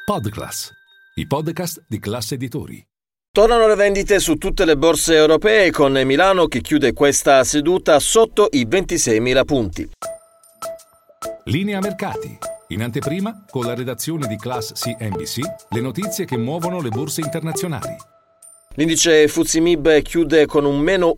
Podclass, i podcast di Class Editori. Tornano le vendite su tutte le borse europee, con Milano che chiude questa seduta sotto i 26.000 punti. Linea mercati. In anteprima, con la redazione di Class CNBC, le notizie che muovono le borse internazionali. L'indice FTSE MIB chiude con un meno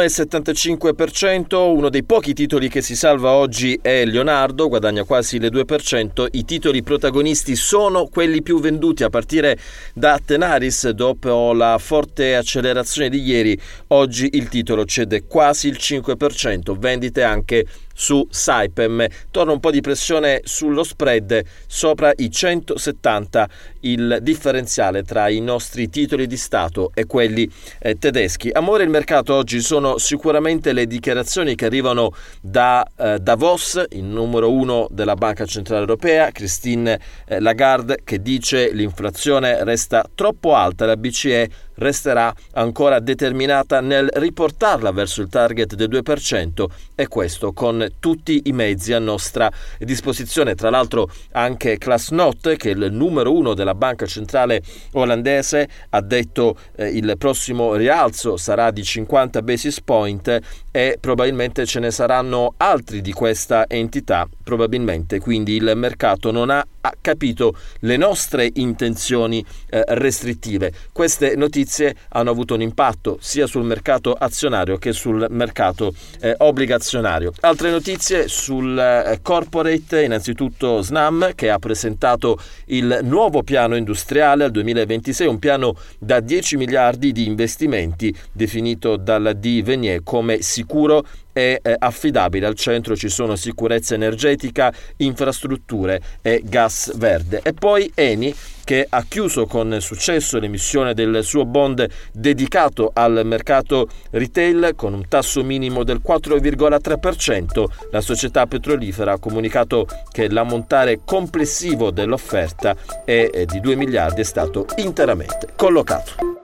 1,75%, uno dei pochi titoli che si salva oggi è Leonardo, guadagna quasi il 2%, i titoli protagonisti sono quelli più venduti a partire da Tenaris. Dopo la forte accelerazione di ieri, oggi il titolo cede quasi il 5%, vendite anche su Saipem, torna un po' di pressione sullo spread, sopra i 170 il differenziale tra i nostri titoli di Stato e quelli tedeschi. A muovere il mercato oggi sono sicuramente le dichiarazioni che arrivano da Davos, il numero 1 della Banca Centrale Europea, Christine Lagarde, che dice l'inflazione resta troppo alta, la BCE resterà ancora determinata nel riportarla verso il target del 2%, e questo con tutti i mezzi a nostra disposizione. Tra l'altro anche Klaas Knot, che è il numero 1 della Banca Centrale olandese, ha detto il prossimo rialzo sarà di 50 basis point e probabilmente ce ne saranno altri di questa entità, probabilmente. Quindi il mercato non ha capito le nostre intenzioni restrittive. Queste notizie hanno avuto un impatto sia sul mercato azionario che sul mercato obbligazionario. Altre notizie sul corporate, innanzitutto Snam, che ha presentato il nuovo piano industriale al 2026, un piano da 10 miliardi di investimenti definito dalla D. Venier come sicuro e affidabile. Al centro ci sono sicurezza energetica, infrastrutture e gas verde. E poi Eni, che ha chiuso con successo l'emissione del suo bond dedicato al mercato retail con un tasso minimo del 4,3%. La società petrolifera ha comunicato che l'ammontare complessivo dell'offerta è di 2 miliardi, è stato interamente collocato.